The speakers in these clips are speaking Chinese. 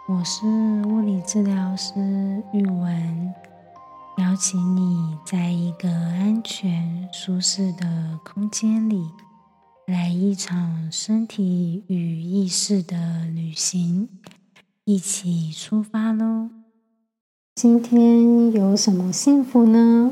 我是物理治疗师玉文，邀请你在一个安全、舒适的空间里，来一场身体与意识的旅行，一起出发咯！今天有什么幸福呢？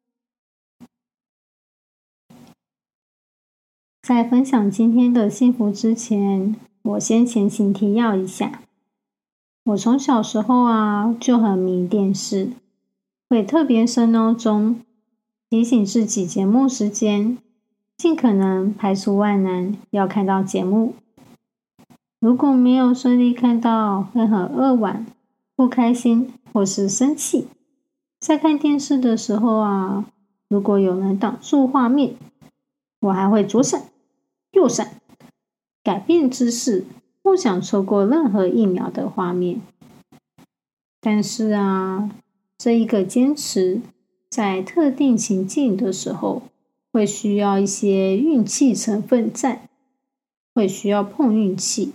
在分享今天的幸福之前，我先前情提要一下。我从小时候就很迷电视，会特别设闹钟，提醒自己节目时间，尽可能排除万难要看到节目。如果没有顺利看到，会很扼腕、不开心或是生气。在看电视的时候如果有人挡住画面，我还会左闪、右闪，改变姿势，不想错过任何一秒的画面。但是这一个坚持，在特定情境的时候，会需要一些运气成分在，会需要碰运气。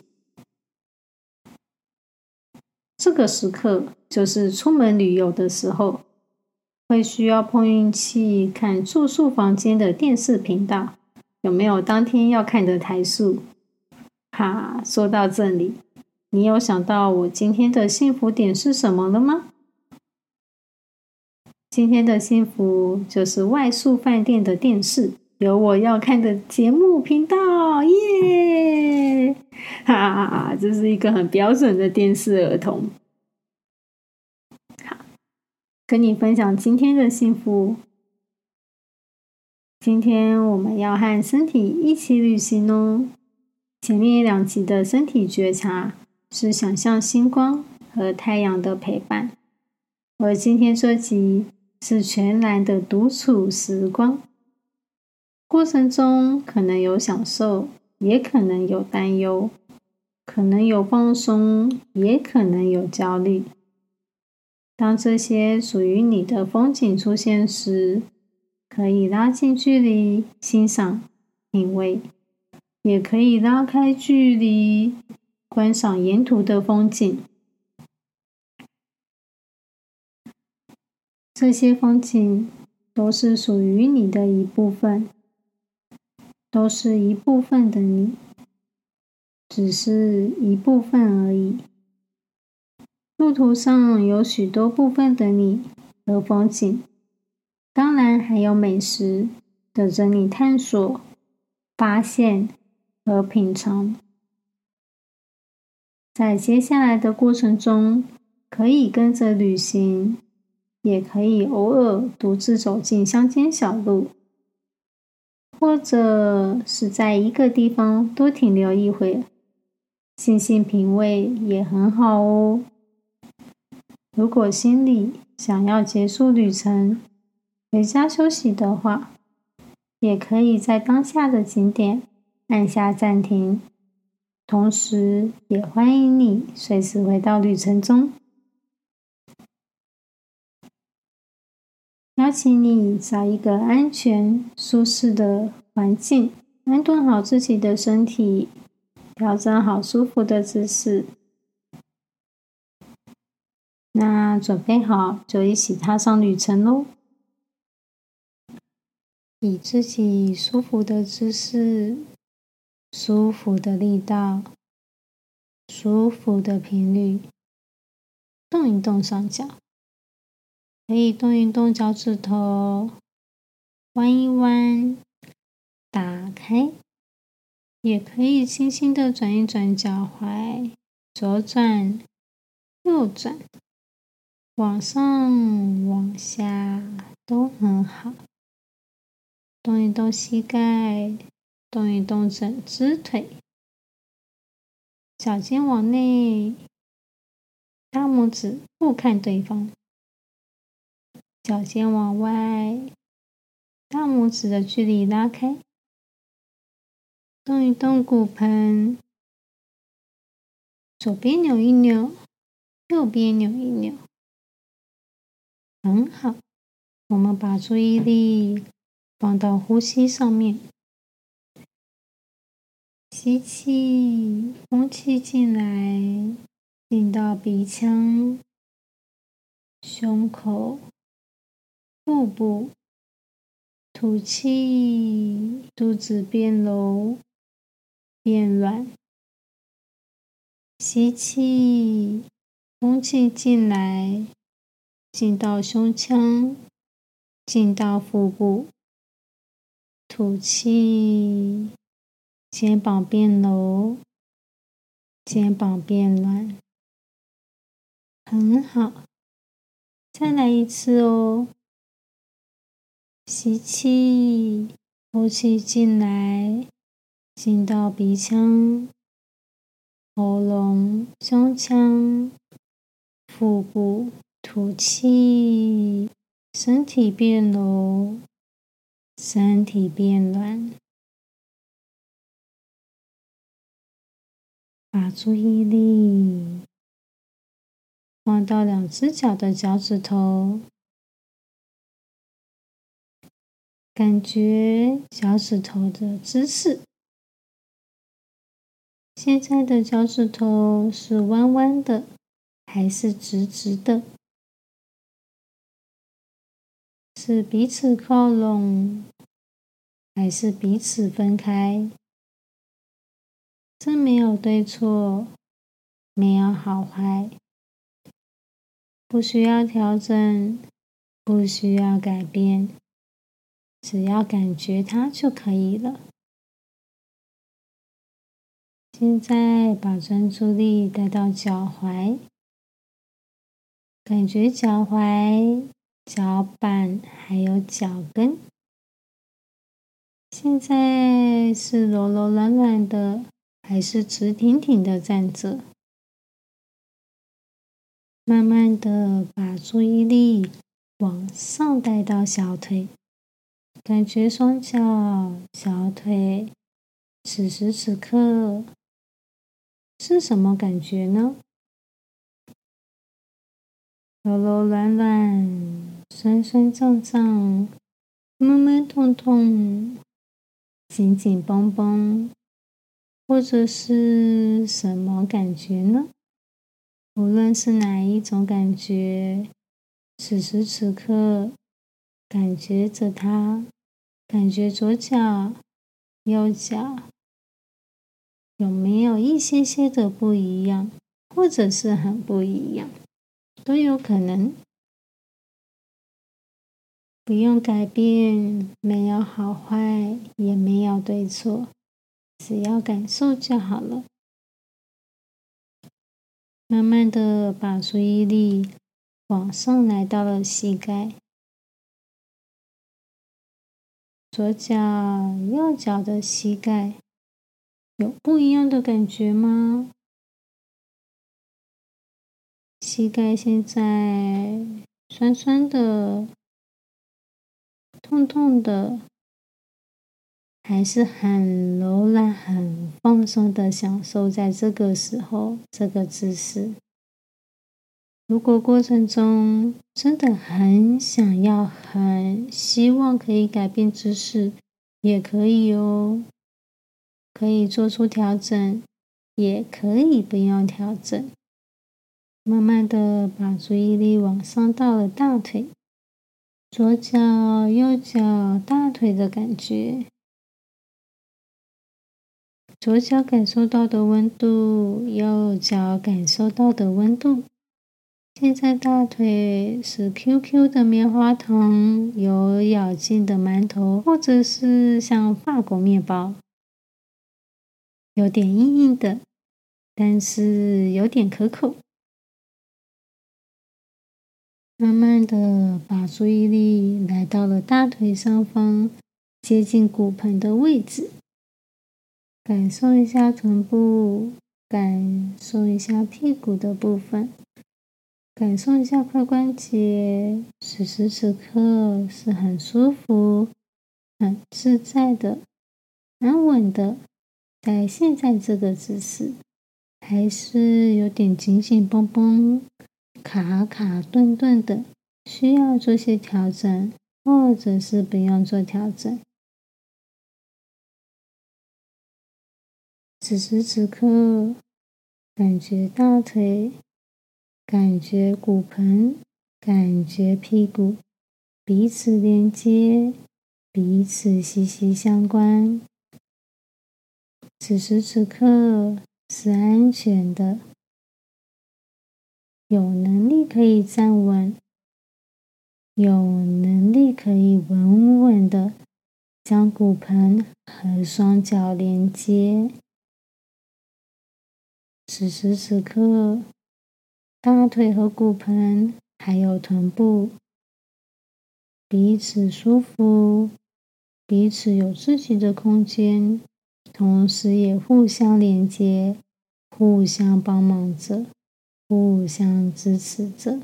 这个时刻就是出门旅游的时候，会需要碰运气，看住宿房间的电视频道有没有当天要看的台数。说到这里，你有想到我今天的幸福点是什么了吗？今天的幸福就是外宿饭店的电视有我要看的节目频道，耶！这是一个很标准的电视儿童。好，跟你分享今天的幸福。今天我们要和身体一起旅行哦。前面2集的身体觉察是想象星光和太阳的陪伴，而今天这集是全然的独处时光，过程中可能有享受，也可能有担忧，可能有放松，也可能有焦虑。当这些属于你的风景出现时，可以拉近距离欣赏、品味，也可以拉开距离观赏沿途的风景。这些风景都是属于你的一部分，都是一部分的你，只是一部分而已。路途上有许多部分的你和风景，当然还有美食等着你探索、发现和品尝。在接下来的过程中，可以跟着旅行，也可以偶尔独自走进乡间小路，或者是在一个地方多停留一会，静静品味也很好哦。如果心里想要结束旅程，回家休息的话，也可以在当下的景点按下暂停，同时也欢迎你随时回到旅程中。邀请你找一个安全、舒适的环境，安顿好自己的身体，调整好舒服的姿势。那准备好就一起踏上旅程咯。以自己舒服的姿势、舒服的力道、舒服的频率，动一动上脚，可以动一动脚趾头，弯一弯，打开，也可以轻轻的转一转脚踝，左转，右转，往上、往下都很好。动一动膝盖，动一动整只腿，脚尖往内，大拇指互看对方，脚尖往外，大拇指的距离拉开，动一动骨盆，左边扭一扭，右边扭一扭，很好。我们把注意力放到呼吸上面，吸气，空气进来， 进到鼻腔、胸口、腹部，吐气，肚子变柔、变软。吸气，空气进来，进到胸腔，进到腹部。吐气，肩膀变柔，肩膀变软。很好，再来一次哦。吸气，呼气进来，进到鼻腔、喉咙、胸腔、腹部。吐气，身体变柔，身体变软。把注意力放到两只脚的脚趾头，感觉脚趾头的姿势。现在的脚趾头是弯弯的，还是直直的？是彼此靠拢，还是彼此分开？这没有对错，没有好坏，不需要调整，不需要改变，只要感觉它就可以了。现在把专注力带到脚踝，感觉脚踝、脚板还有脚跟，现在是柔柔软软的，还是直挺挺的站着？慢慢的把注意力往上带到小腿，感觉双脚、小腿，此时此刻是什么感觉呢？柔柔软软，酸酸胀胀，闷闷痛痛，紧紧绷绷，或者是什么感觉呢？无论是哪一种感觉，此时此刻感觉着它，感觉左脚、右脚有没有一些些的不一样，或者是很不一样，都有可能。不用改变，没有好坏，也没有对错，只要感受就好了。慢慢的把注意力往上来到了膝盖，左脚、右脚的膝盖有不一样的感觉吗？膝盖现在酸酸的、痛痛的，还是很柔软、很放松的享受在这个时候这个姿势。如果过程中真的很想要、很希望可以改变姿势，也可以哦，可以做出调整，也可以不用调整。慢慢的把注意力往上到了大腿，左脚、右脚大腿的感觉，左脚感受到的温度，右脚感受到的温度。现在大腿是 QQ 的棉花糖，有咬劲的馒头，或者是像法国面包，有点硬硬的，但是有点可口。慢慢的把注意力来到了大腿上方，接近骨盆的位置，感受一下臀部，感受一下屁股的部分。感受一下髋关节，此时此刻是很舒服、很自在的、安稳的，在现在这个姿势，还是有点紧紧绷绷、卡卡顿顿的，需要做些调整，或者是不用做调整。此时此刻， 感觉大腿，感觉骨盆，感觉屁股，彼此连接，彼此息息相关。此时此刻是安全的，有能力可以站稳，有能力可以稳稳的将骨盆和双脚连接。此时此刻，大腿和骨盆还有臀部彼此舒服，彼此有自己的空间，同时也互相连接，互相帮忙着，互相支持着。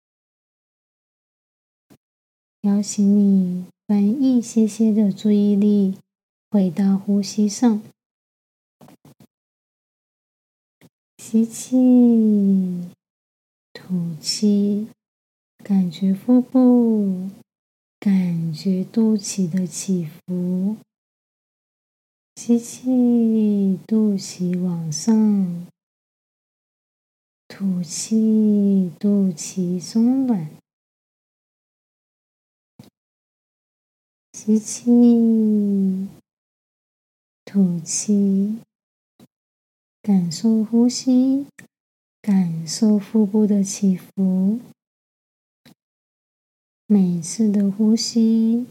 邀请你分一些些的注意力回到呼吸上，吸气，吐气，感觉腹部，感觉肚脐的起伏。吸气，肚脐往上，吐气，肚脐松软。吸气，吐气，感受呼吸，感受腹部的起伏。每一次的呼吸，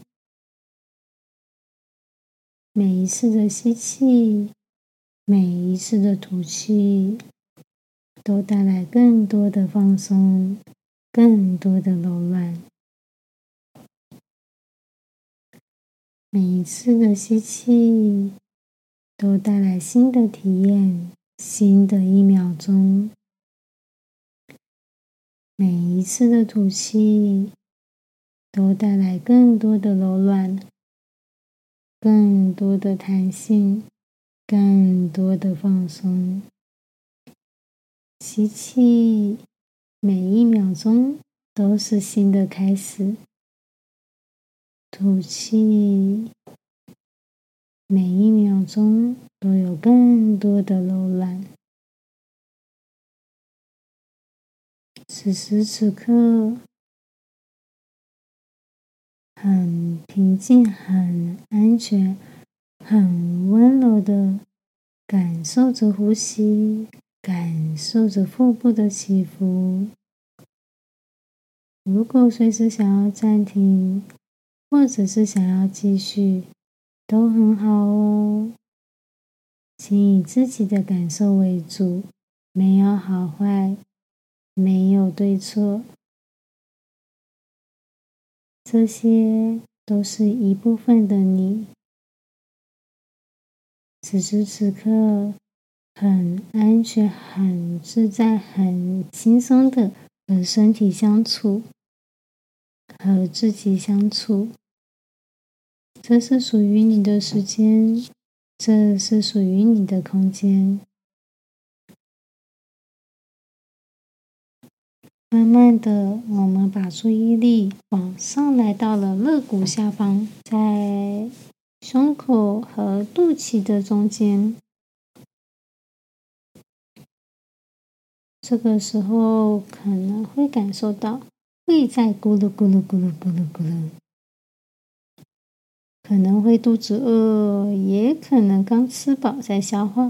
每一次的吸气，每一次的吐气，都带来更多的放松，更多的柔软。每一次的吸气，都带来新的体验，新的1秒钟。每一次的吐气，都带来更多的柔软，更多的弹性，更多的放松。吸气，每1秒钟都是新的开始。吐气，每1秒钟都有更多的柔软。此时此刻，很平静、很安全、很温柔的感受着呼吸，感受着腹部的起伏。如果随时想要暂停，或者是想要继续，都很好哦。请以自己的感受为主，没有好坏，没有对错，这些都是一部分的你。此时此刻，很安全、很自在、很轻松的和身体相处，和自己相处。这是属于你的时间，这是属于你的空间。慢慢的，我们把注意力往上来到了肋骨下方，在胸口和肚脐的中间。这个时候可能会感受到胃在咕噜咕噜咕噜咕噜咕噜，可能会肚子饿，也可能刚吃饱在消化，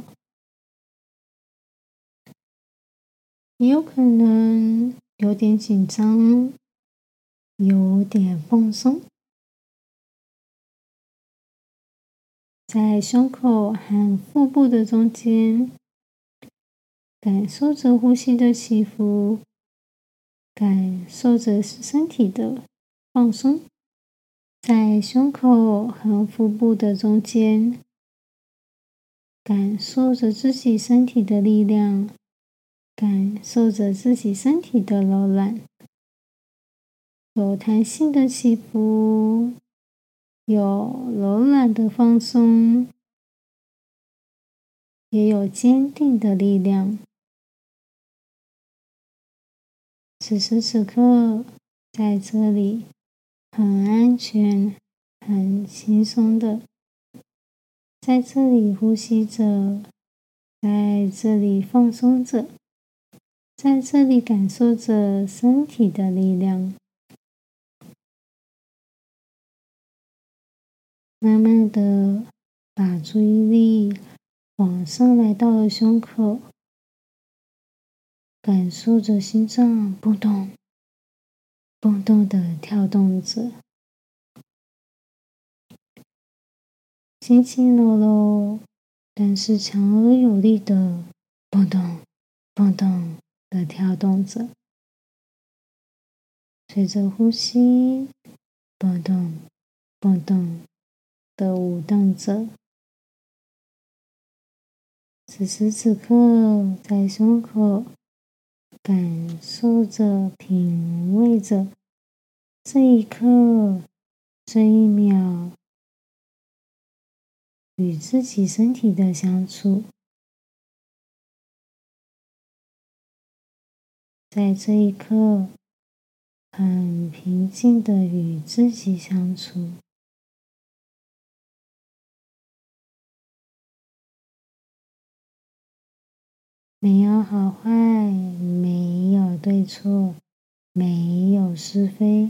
也有可能有点紧张，有点放松。在胸口和腹部的中间，感受着呼吸的起伏，感受着身体的放松。在胸口和腹部的中间，感受着自己身体的力量，感受着自己身体的柔软，有弹性的起伏，有柔软的放松，也有坚定的力量。此时此刻，在这里很安全、很轻松的，在这里呼吸着， 在这里放松着，在这里感受着身体的力量。慢慢的把注意力往上来到了胸口，感受着心脏蹦动、蹦动的跳动着，轻轻柔柔，但是强而有力的蹦动、蹦动的跳动着，随着呼吸蹦动、蹦动的舞动着。此时此刻，在胸口感受着、品味着这一刻、这一秒与自己身体的相处。在这一刻，很平静的与自己相处。没有好坏，没有对错，没有是非，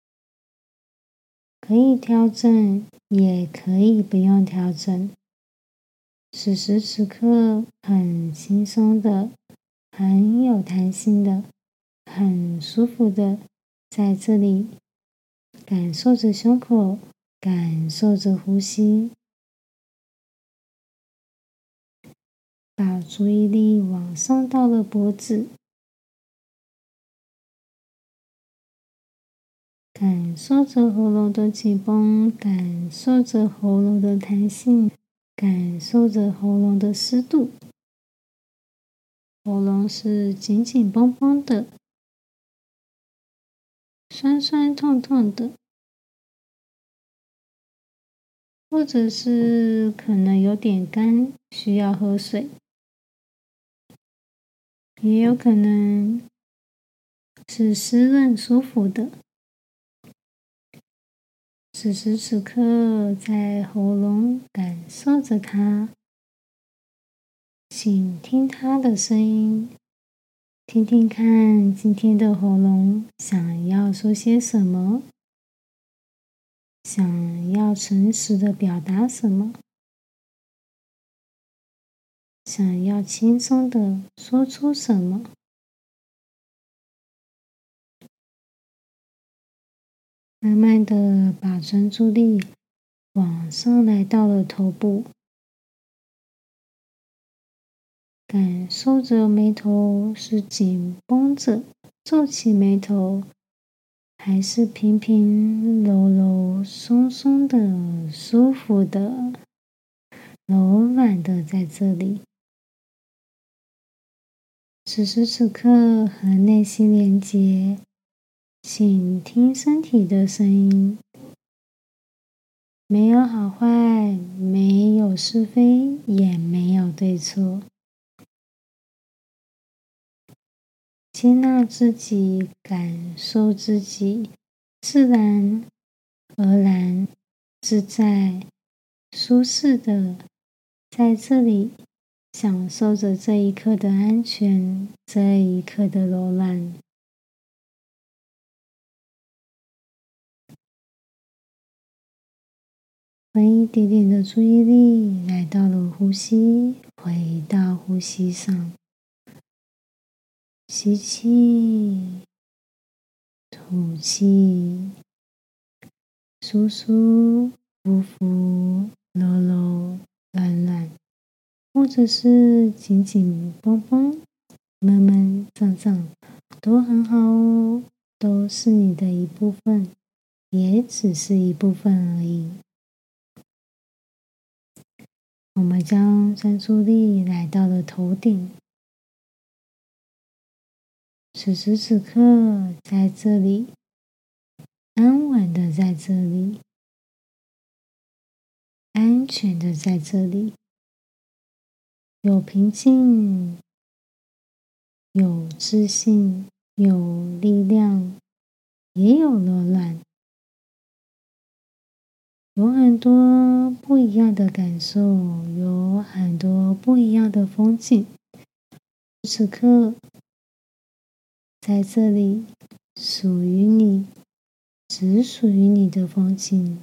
可以调整，也可以不用调整。此时此刻，很轻松的，很有弹性的，很舒服的，在这里感受着胸口，感受着呼吸。把注意力往上到了脖子，感受着喉咙的紧绷，感受着喉咙的弹性，感受着喉咙的湿度。喉咙是紧紧绷绷的，酸酸痛痛的，或者是可能有点干，需要喝水，也有可能是湿润舒服的。此时此刻，在喉咙感受着它，请听它的声音，听听看今天的喉咙想要说些什么，想要诚实的表达什么，想要轻松的说出什么。慢慢的把专注力往上来到了头部，感受着眉头是紧绷着，皱起眉头，还是平平柔柔、松松的、舒服的、柔软的在这里。此时此刻和内心连结，请听身体的声音。没有好坏，没有是非，也没有对错。接纳自己，感受自己，自然而然、自在、舒适的在这里享受着这一刻的安全，这一刻的柔软。分一点点的注意力来到了呼吸，回到呼吸上，吸气，吐气，舒舒服服，柔柔软软，或者是紧紧绷绷、闷闷胀胀，都很好哦，都是你的一部分，也只是一部分而已。我们将专注力来到了头顶，此时此刻在这里，安稳的在这里，安全的在这里，有平静，有自信，有力量，也有柔软。 有很多不一样的感受，有很多不一样的风景。此刻，在这里，属于你，只属于你的风景。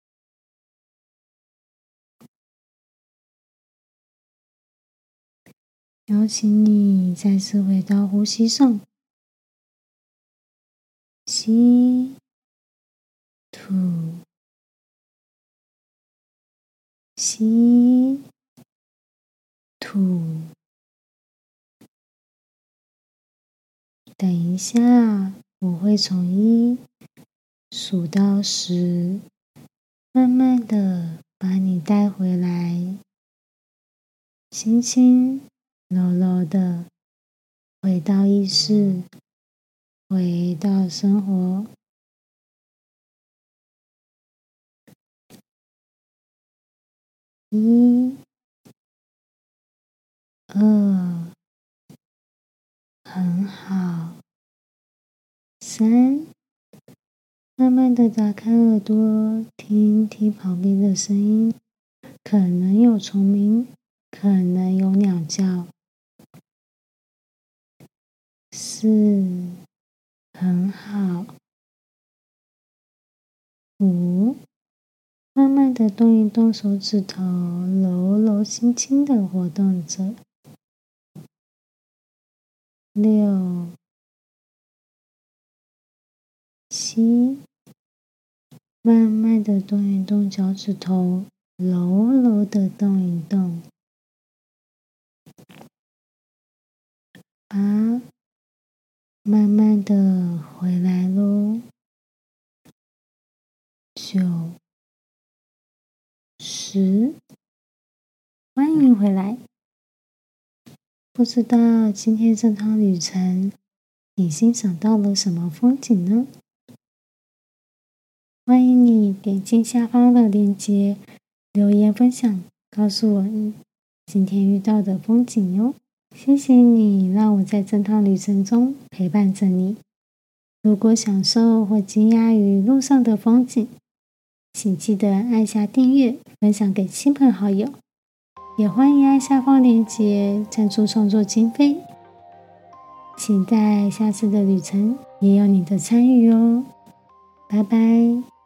邀请你再次回到呼吸上，吸，吐，吸，吐。等一下，我会从1数到10，慢慢的把你带回来，轻轻柔柔的回到意识，回到生活。1、2，很好。3，慢慢的打开耳朵，听听旁边的声音，可能有虫鸣，可能有鸟叫。4，很好。5，慢慢的动一动手指头，揉揉，轻轻的活动着。6、7，慢慢的动一动脚趾头，柔柔的动一动。8，慢慢的回来咯。9、10，欢迎回来。不知道今天这趟旅程，你欣赏到了什么风景呢？欢迎你点击下方的链接，留言分享，告诉我你今天遇到的风景哟。谢谢你让我在这趟旅程中陪伴着你。如果享受或惊讶于路上的风景，请记得按下订阅，分享给亲朋好友。也欢迎按下方链接赞助创作经费。期待下次的旅程也有你的参与哦。拜拜。